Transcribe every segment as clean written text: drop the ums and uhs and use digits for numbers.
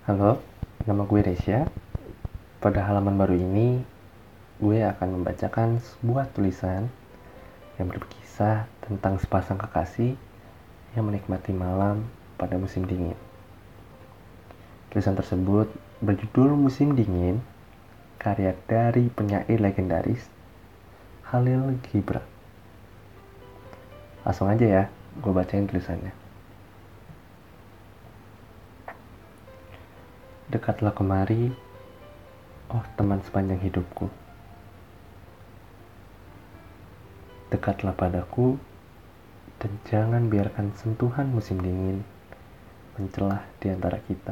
Halo, nama gue Resya. Pada halaman baru ini, gue akan membacakan sebuah tulisan yang berkisah tentang sepasang kekasih yang menikmati malam pada musim dingin. Tulisan tersebut berjudul Musim Dingin, karya dari penyair legendaris Khalil Gibran. Langsung aja ya, gue bacain tulisannya. Dekatlah kemari, oh teman sepanjang hidupku. Dekatlah padaku, dan jangan biarkan sentuhan musim dingin mencelah di antara kita.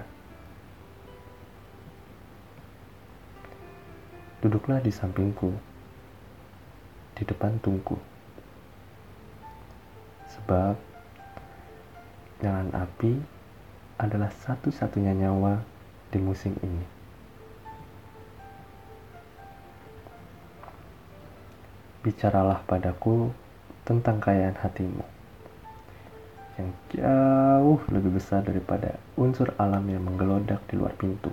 Duduklah di sampingku, di depan tungku. Sebab nyala api adalah satu-satunya nyawa di musim ini. Bicaralah padaku tentang kekayaan hatimu yang jauh lebih besar daripada unsur alam yang menggelodak di luar pintu.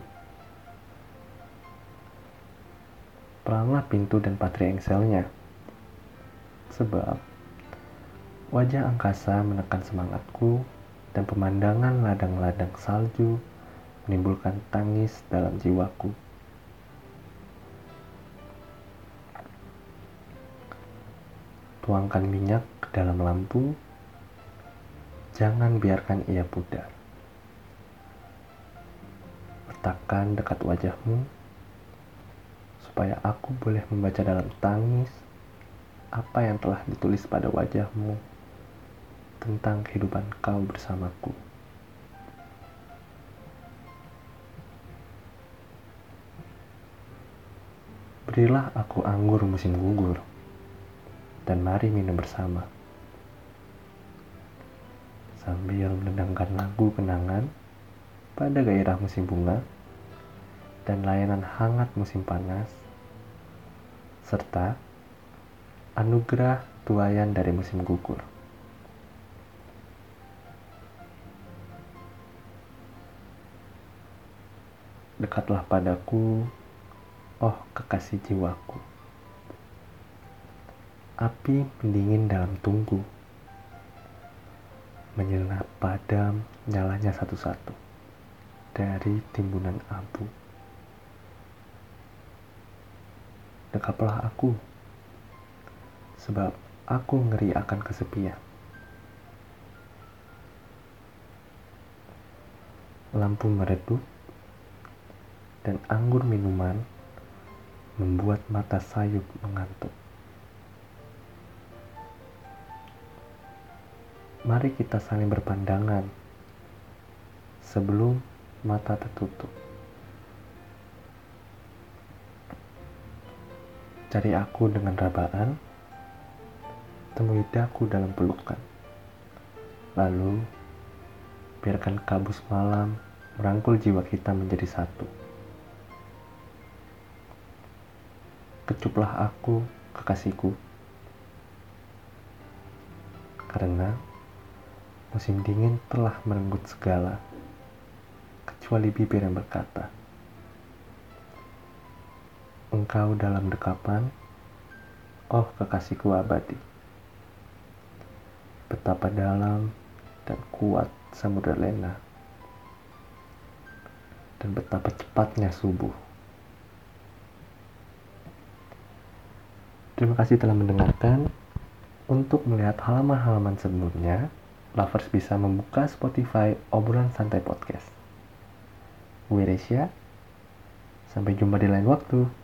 Peranglah pintu dan patri engselnya, sebab wajah angkasa menekan semangatku dan pemandangan ladang-ladang salju menimbulkan tangis dalam jiwaku. Tuangkan minyak ke dalam lampu, jangan biarkan ia pudar. Letakkan dekat wajahmu, supaya aku boleh membaca dalam tangis apa yang telah ditulis pada wajahmu tentang kehidupan kau bersamaku. Berilah aku anggur musim gugur, dan mari minum bersama. Sambil mendendangkan lagu kenangan pada gairah musim bunga dan layanan hangat musim panas, serta anugerah tuayan dari musim gugur. Dekatlah padaku, oh kekasih jiwaku. Api mendingin dalam tungku, menyelinap padam nyalanya satu-satu dari timbunan abu. Dekaplah aku, sebab aku ngeri akan kesepian. Lampu meredup, dan anggur minuman membuat mata sayup mengantuk. Mari kita saling berpandangan sebelum mata tertutup. Cari aku dengan rabaan, temui daku dalam pelukan. Lalu, biarkan kabus malam merangkul jiwa kita menjadi satu. Kecuplah aku, kekasihku, karena musim dingin telah merenggut segala, kecuali bibir yang berkata, engkau dalam dekapan, oh kekasihku abadi. Betapa dalam dan kuat samudra lena, dan betapa cepatnya subuh. Terima kasih telah mendengarkan. Untuk melihat halaman-halaman sebelumnya, lovers bisa membuka Spotify Obrolan Santai Podcast. Gue Resya, sampai jumpa di lain waktu.